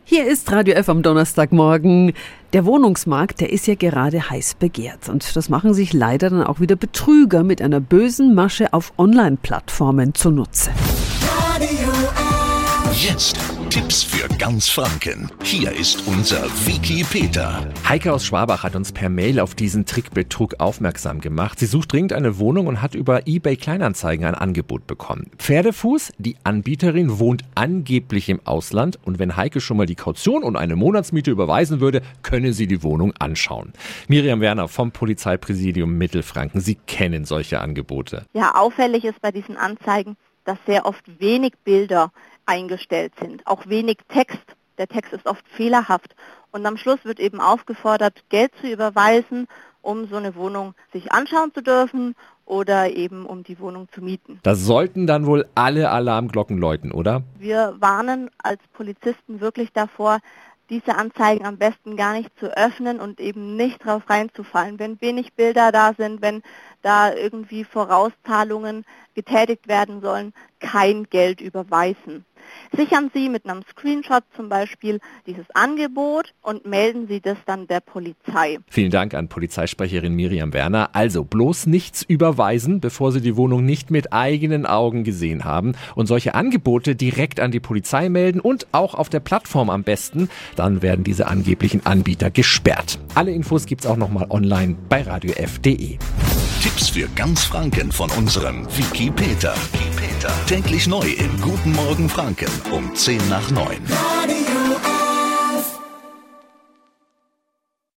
Hier ist Radio F am Donnerstagmorgen. Der Wohnungsmarkt, der ist ja gerade heiß begehrt. Und das machen sich leider dann auch wieder Betrüger mit einer bösen Masche auf Online-Plattformen zunutze. Radio F. Jetzt Tipps für ganz Franken. Hier ist unser Wiki Peter. Heike aus Schwabach hat uns per Mail auf diesen Trickbetrug aufmerksam gemacht. Sie sucht dringend eine Wohnung und hat über eBay Kleinanzeigen ein Angebot bekommen. Pferdefuß, die Anbieterin wohnt angeblich im Ausland und wenn Heike schon mal die Kaution und eine Monatsmiete überweisen würde, könne sie die Wohnung anschauen. Miriam Werner vom Polizeipräsidium Mittelfranken. Sie kennen solche Angebote. Ja, auffällig ist bei diesen Anzeigen, dass sehr oft wenig Bilder eingestellt sind, auch wenig Text. Der Text ist oft fehlerhaft und am Schluss wird eben aufgefordert, Geld zu überweisen, um so eine Wohnung sich anschauen zu dürfen oder eben um die Wohnung zu mieten. Da sollten dann wohl alle Alarmglocken läuten, oder? Wir warnen als Polizisten wirklich davor, diese Anzeigen am besten gar nicht zu öffnen und eben nicht drauf reinzufallen. Wenn wenig Bilder da sind, wenn da irgendwie Vorauszahlungen getätigt werden sollen, kein Geld überweisen. Sichern Sie mit einem Screenshot zum Beispiel dieses Angebot und melden Sie das dann der Polizei. Vielen Dank an Polizeisprecherin Miriam Werner. Also bloß nichts überweisen, bevor Sie die Wohnung nicht mit eigenen Augen gesehen haben. Und solche Angebote direkt an die Polizei melden und auch auf der Plattform am besten. Dann werden diese angeblichen Anbieter gesperrt. Alle Infos gibt's auch nochmal online bei radiof.de. Tipps für ganz Franken von unserem Wiki Peter. Täglich neu im Guten Morgen Franken um 10 nach 9.